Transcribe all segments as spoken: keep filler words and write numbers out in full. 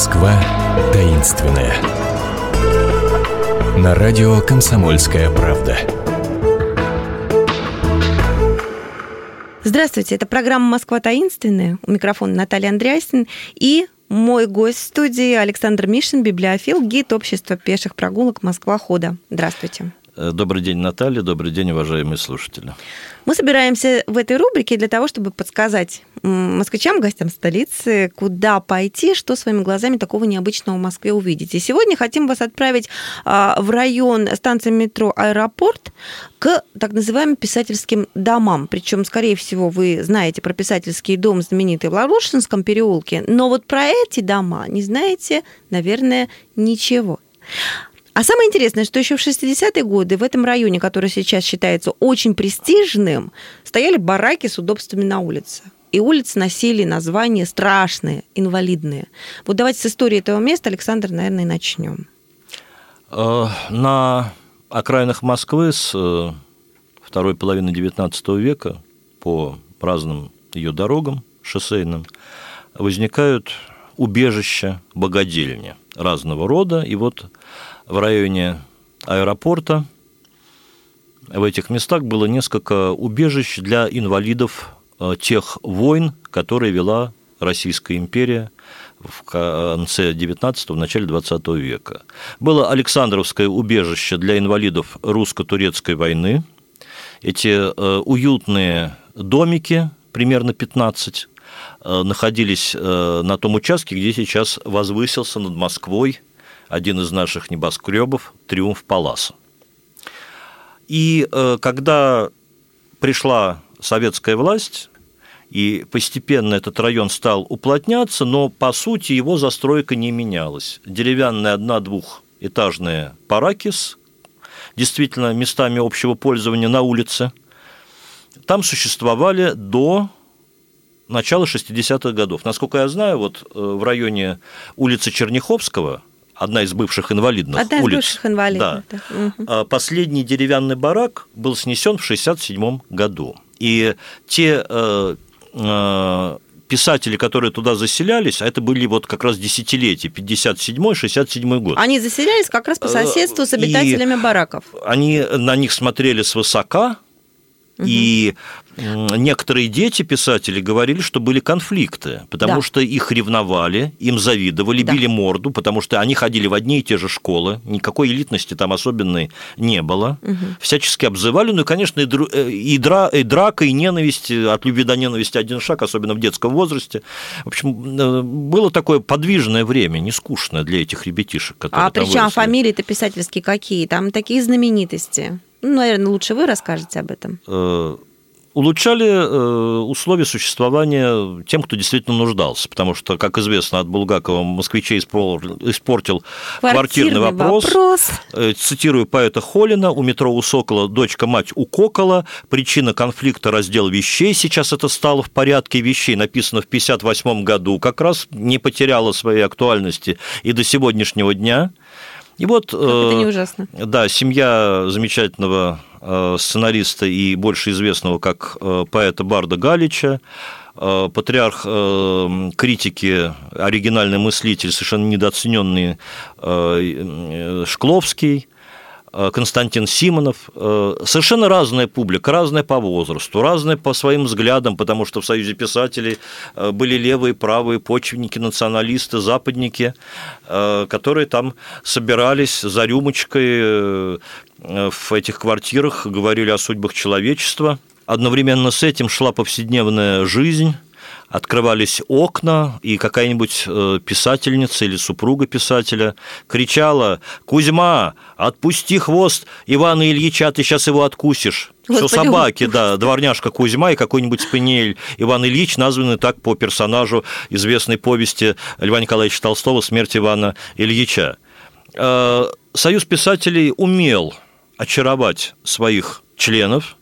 Москва таинственная. На радио «Комсомольская правда». Здравствуйте, это программа «Москва таинственная». У микрофона Наталья Андреасин и мой гость в студии Александр Мишин, библиофил, гид общества пеших прогулок «Москва хода». Здравствуйте. Добрый день, Наталья. Добрый день, уважаемые слушатели. Мы собираемся в этой рубрике для того, чтобы подсказать москвичам, гостям столицы, куда пойти, что своими глазами такого необычного в Москве увидеть. И сегодня хотим вас отправить в район станции метро «Аэропорт» к так называемым писательским домам. Причем, скорее всего, вы знаете про писательский дом, знаменитый в Лаврушинском переулке, но вот про эти дома не знаете, наверное, ничего. А самое интересное, что еще в шестидесятые годы в этом районе, который сейчас считается очень престижным, стояли бараки с удобствами на улице. И улицы носили названия страшные, инвалидные. Вот давайте с истории этого места, Александр, наверное, и начнем. На окраинах Москвы с второй половины девятнадцатого века по разным ее дорогам шоссейным возникают убежища, богадельни разного рода. И вот в районе аэропорта в этих местах было несколько убежищ для инвалидов тех войн, которые вела Российская империя в конце девятнадцатого, в начале двадцатого века. Было Александровское убежище для инвалидов русско-турецкой войны. Эти уютные домики, примерно пятнадцать, находились на том участке, где сейчас возвысился над Москвой один из наших небоскребов – Триумф Паласа. И когда пришла советская власть, и постепенно этот район стал уплотняться, но, по сути, его застройка не менялась. Деревянные одно-двухэтажные бараки с действительно местами общего пользования на улице там существовали до начала шестидесятых годов. Насколько я знаю, вот в районе улицы Черняховского, одна из бывших инвалидных одна улиц, из бывших инвалидных, да, угу. Последний деревянный барак был снесен в шестьдесят седьмом году. И те э, э, писатели, которые туда заселялись, а это были вот как раз десятилетия, пятьдесят седьмой шестьдесят седьмой год. Они заселялись как раз по соседству с обитателями и бараков. Они на них смотрели свысока. Угу. И некоторые дети писателей говорили, что были конфликты, потому да. что их ревновали, им завидовали, да. били морду, потому что они ходили в одни и те же школы, никакой элитности там особенной не было, угу. всячески обзывали, ну и, конечно, и, дру... и, дра... и драка, и ненависть, от любви до ненависти один шаг, особенно в детском возрасте. В общем, было такое подвижное время, не скучное для этих ребятишек, которые а там причем выросли. Фамилии-то писательские какие? Там такие знаменитости. Ну, наверное, лучше вы расскажете об этом. Улучшали условия существования тем, кто действительно нуждался, потому что, как известно, от Булгакова москвичей испортил квартирный вопрос. вопрос. Цитирую поэта Холина: «У метро у Сокола дочка-мать укокола, причина конфликта – раздел вещей». Сейчас это стало в порядке вещей, написано в пятьдесят восьмом году, как раз не потеряло своей актуальности и до сегодняшнего дня. И вот, как это не ужасно. Да, семья замечательного сценариста и больше известного как поэта Барда Галича, патриарх критики, оригинальный мыслитель, совершенно недооцененный Шкловский, Константин Симонов. Совершенно разная публика, разная по возрасту, разная по своим взглядам, потому что в Союзе писателей были левые, правые, почвенники, националисты, западники, которые там собирались за рюмочкой в этих квартирах, говорили о судьбах человечества. Одновременно с этим шла повседневная жизнь. Открывались окна, и какая-нибудь писательница или супруга писателя кричала: «Кузьма, отпусти хвост Ивана Ильича, ты сейчас его откусишь». Что собаки, да, дворняжка Кузьма и какой-нибудь спаниель Иван Ильич названы так по персонажу известной повести Льва Николаевича Толстого «Смерть Ивана Ильича». Союз писателей умел очаровать своих членов.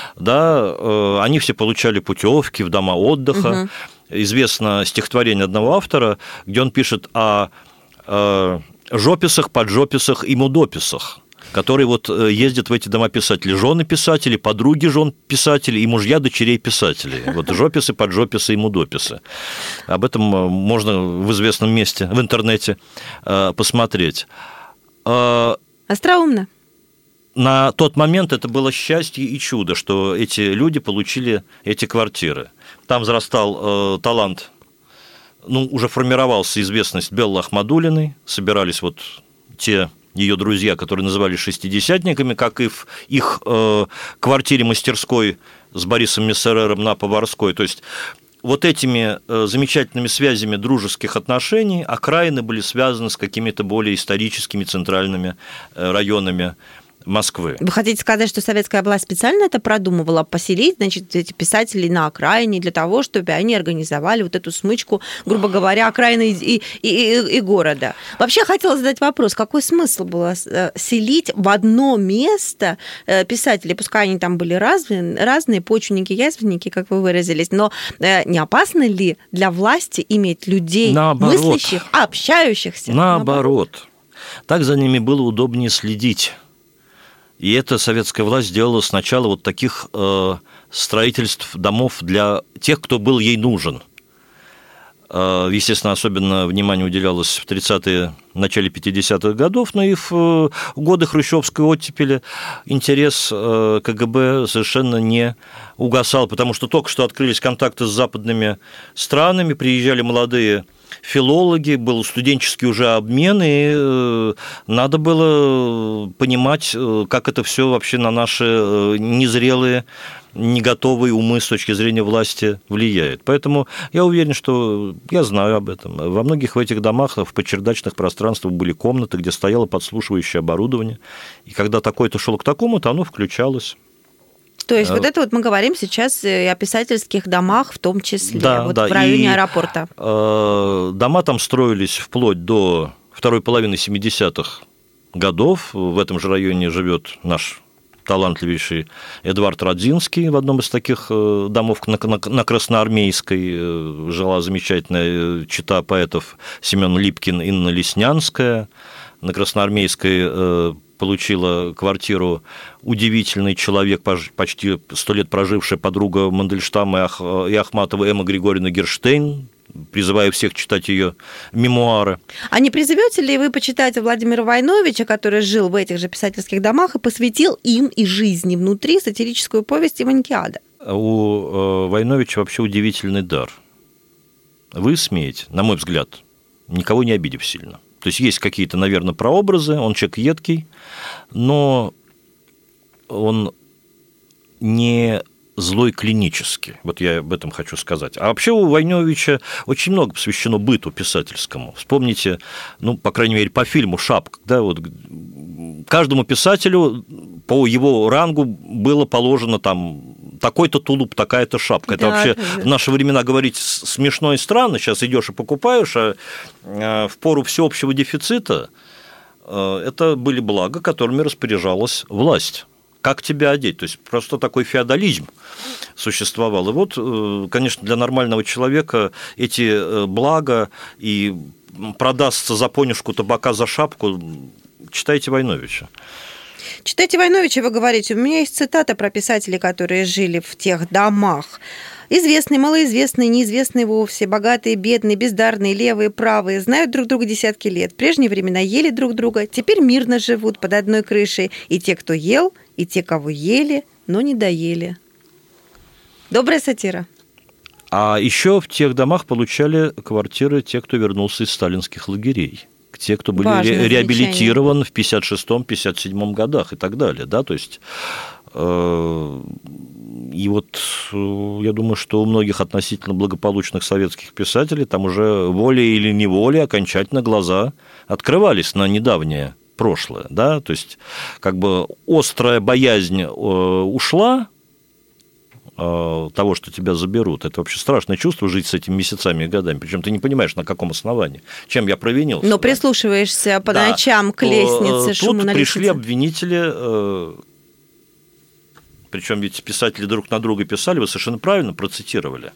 Да, они все получали путевки в дома отдыха. Угу. Известно стихотворение одного автора, где он пишет о жописах, поджописах и мудописах, которые вот ездят в эти дома писателей. Жены писателей, подруги жен писателей и мужья дочерей писателей. Вот жописы, поджописы и мудописы. Об этом можно в известном месте в интернете посмотреть. Остроумно. На тот момент это было счастье и чудо, что эти люди получили эти квартиры. Там взрастал э, талант, ну, уже формировался известность Беллы Ахмадуллиной, собирались вот те ее друзья, которые назывались шестидесятниками, как и в их э, квартире-мастерской с Борисом Мессерером на Поварской. То есть вот этими э, замечательными связями дружеских отношений окраины были связаны с какими-то более историческими центральными э, районами Москвы. Вы хотите сказать, что советская власть специально это продумывала, поселить, значит, эти писателей на окраине для того, чтобы они организовали вот эту смычку, грубо говоря, окраины и, и, и, и города? Вообще, хотела задать вопрос, какой смысл было селить в одно место писателей, пускай они там были разные, разные почвенники, язвенники, как вы выразились, но не опасно ли для власти иметь людей, наоборот, мыслящих, общающихся? Наоборот. наоборот. Так за ними было удобнее следить. И это советская власть сделала сначала вот таких э, строительств домов для тех, кто был ей нужен. Э, естественно, особенно внимание уделялось в тридцатые, начале пятидесятых годов, но и в э, годы хрущевской оттепели интерес э, ка гэ бэ совершенно не угасал, потому что только что открылись контакты с западными странами, приезжали молодые филологи, был студенческий уже обмен, и э, надо было понимать, э, как это все вообще на наши э, незрелые, не готовые умы с точки зрения власти влияет. Поэтому я уверен, что я знаю об этом. Во многих в этих домах в подчердачных пространствах были комнаты, где стояло подслушивающее оборудование, и когда такой-то шел к такому-то, оно включалось. То есть вот это вот мы говорим сейчас и о писательских домах в том числе, да, вот да. в районе и, аэропорта. Э, дома там строились вплоть до второй половины семидесятых годов. В этом же районе живет наш талантливейший Эдуард Радзинский. В одном из таких домов на, на, на Красноармейской жила замечательная чета поэтов Семен Липкин, Инна Леснянская. На Красноармейской получила квартиру удивительный человек, почти сто лет прожившая подруга Мандельштама и Ахматова Эмма Григорьевна Герштейн. Призываю всех читать ее мемуары. А не призовете ли вы почитать Владимира Войновича, который жил в этих же писательских домах и посвятил им и жизни внутри сатирическую повесть «Иванькиада»? У Войновича вообще удивительный дар. Вы смеете, на мой взгляд, никого не обидев сильно. То есть есть какие-то, наверное, прообразы, он человек едкий, но он не злой клинически. Вот я об этом хочу сказать. А вообще у Войновича очень много посвящено быту писательскому. Вспомните, ну, по крайней мере, по фильму «Шапка». Да, вот каждому писателю по его рангу было положено там такой-то тулуп, такая-то шапка. Это да, вообще да. В наши времена говорить смешно и странно. Сейчас идешь и покупаешь, а в пору всеобщего дефицита это были блага, которыми распоряжалась власть. Как тебя одеть? То есть просто такой феодализм существовал. И вот, конечно, для нормального человека эти блага и продастся за понюшку табака за шапку, читайте Войновича. Читайте Войновича, вы говорите. У меня есть цитата про писателей, которые жили в тех домах. Известные, малоизвестные, неизвестные вовсе, богатые, бедные, бездарные, левые, правые, знают друг друга десятки лет. В прежние времена ели друг друга, теперь мирно живут под одной крышей. И те, кто ел, и те, кого ели, но не доели. Добрая сатира. А еще в тех домах получали квартиры те, кто вернулся из сталинских лагерей. Те, кто были ре- реабилитированы в пятьдесят шестом — пятьдесят седьмом годах и так далее. Да? То есть, э- и вот я думаю, что у многих относительно благополучных советских писателей там уже волей или неволей окончательно глаза открывались на недавнее прошлое. Да? То есть, как бы острая боязнь э- ушла того, что тебя заберут. Это вообще страшное чувство жить с этими месяцами и годами. Причем ты не понимаешь, на каком основании. Чем я провинился. Но да? прислушиваешься по да. ночам к лестнице, шуму на лестнице. Тут пришли обвинители, причем ведь писатели друг на друга писали, вы совершенно правильно процитировали.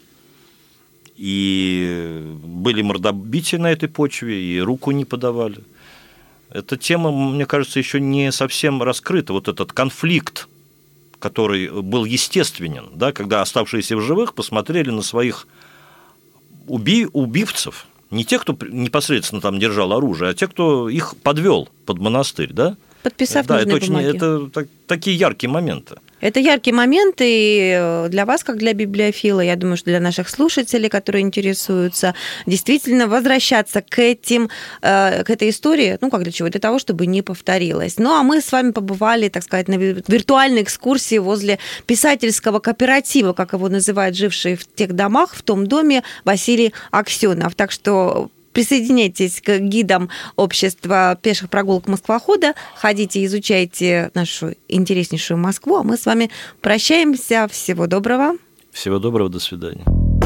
И были мордобития на этой почве, и руку не подавали. эта тема, мне кажется, еще не совсем раскрыта. Вот этот конфликт, который был естественен, да, когда оставшиеся в живых посмотрели на своих уби- убивцев, не те, кто непосредственно там держал оружие, а те, кто их подвел под монастырь, да? Подписав да, нужные это очень, бумаги. это так, такие яркие моменты. Это яркий момент и для вас, как для библиофила, я думаю, что для наших слушателей, которые интересуются, действительно возвращаться к этим, к этой истории, ну, как для чего? Для того, чтобы не повторилось. Ну, а мы с вами побывали, так сказать, на виртуальной экскурсии возле писательского кооператива, как его называют жившие в тех домах, в том доме Василий Аксенов. Так что присоединяйтесь к гидам общества пеших прогулок Москвохода, ходите, изучайте нашу интереснейшую Москву, а мы с вами прощаемся. Всего доброго. Всего доброго, до свидания.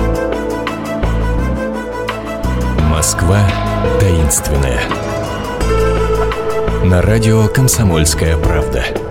Москва таинственная. На радио «Комсомольская правда».